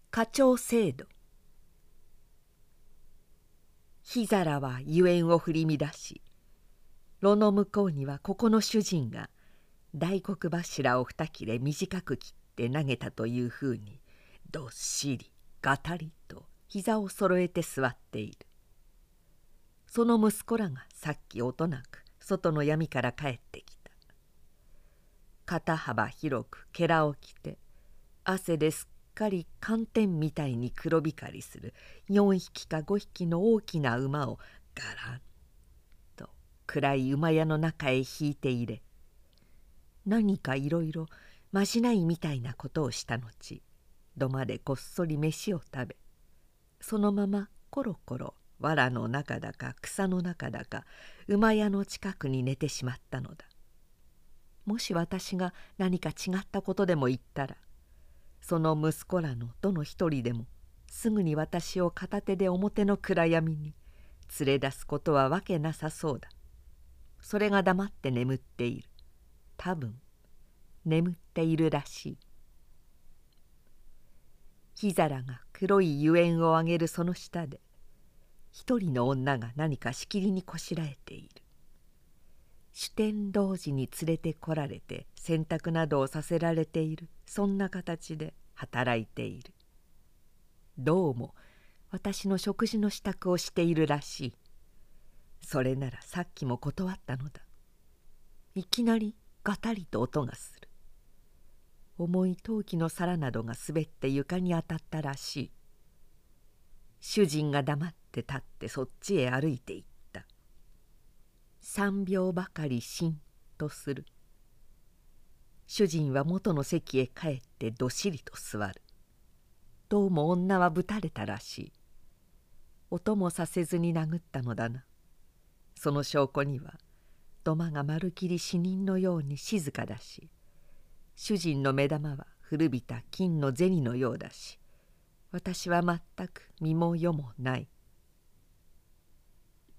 課長制度。火皿はゆえんを振り乱し、炉の向こうにはここの主人が大黒柱を二切れ短く切って投げたというふうにどっしりがたりと膝をそろえて座っている。その息子らがさっき音なく外の闇から帰ってきた。肩幅広くкерを着て汗ですっかり寒天みたいに黒光りする4匹か5匹の大きな馬をガランと暗い馬屋の中へ引いて入れ、何かいろいろまじないみたいなことをした後、土間でこっそり飯を食べ、そのままコロコロ藁の中だか草の中だか馬屋の近くに寝てしまったのだ。もし私が何か違ったことでも言ったら、その息子らのどの一人でもすぐに私を片手で表の暗闇に連れ出すことはわけなさそうだ。それが黙って眠っている。多分眠っているらしい。火皿が黒い油煙を上げるその下で、一人の女が何かしきりにこしらえている。酒呑童子に連れてこられて洗濯などをさせられている、そんな形で働いている。どうも私の食事の支度をしているらしい。それならさっきも断ったのだ。いきなりガタリと音がする。重い陶器の皿などが滑って床に当たったらしい。主人が黙って立ってそっちへ歩いていった。3秒ばかりしんとする。主人は元の席へ帰ってどしりと座る。どうも女はぶたれたらしい。音もさせずに殴ったのだな。その証拠には土間がまるきり死人のように静かだし、主人の目玉は古びた金の銭のようだし、私は全く身も世もない。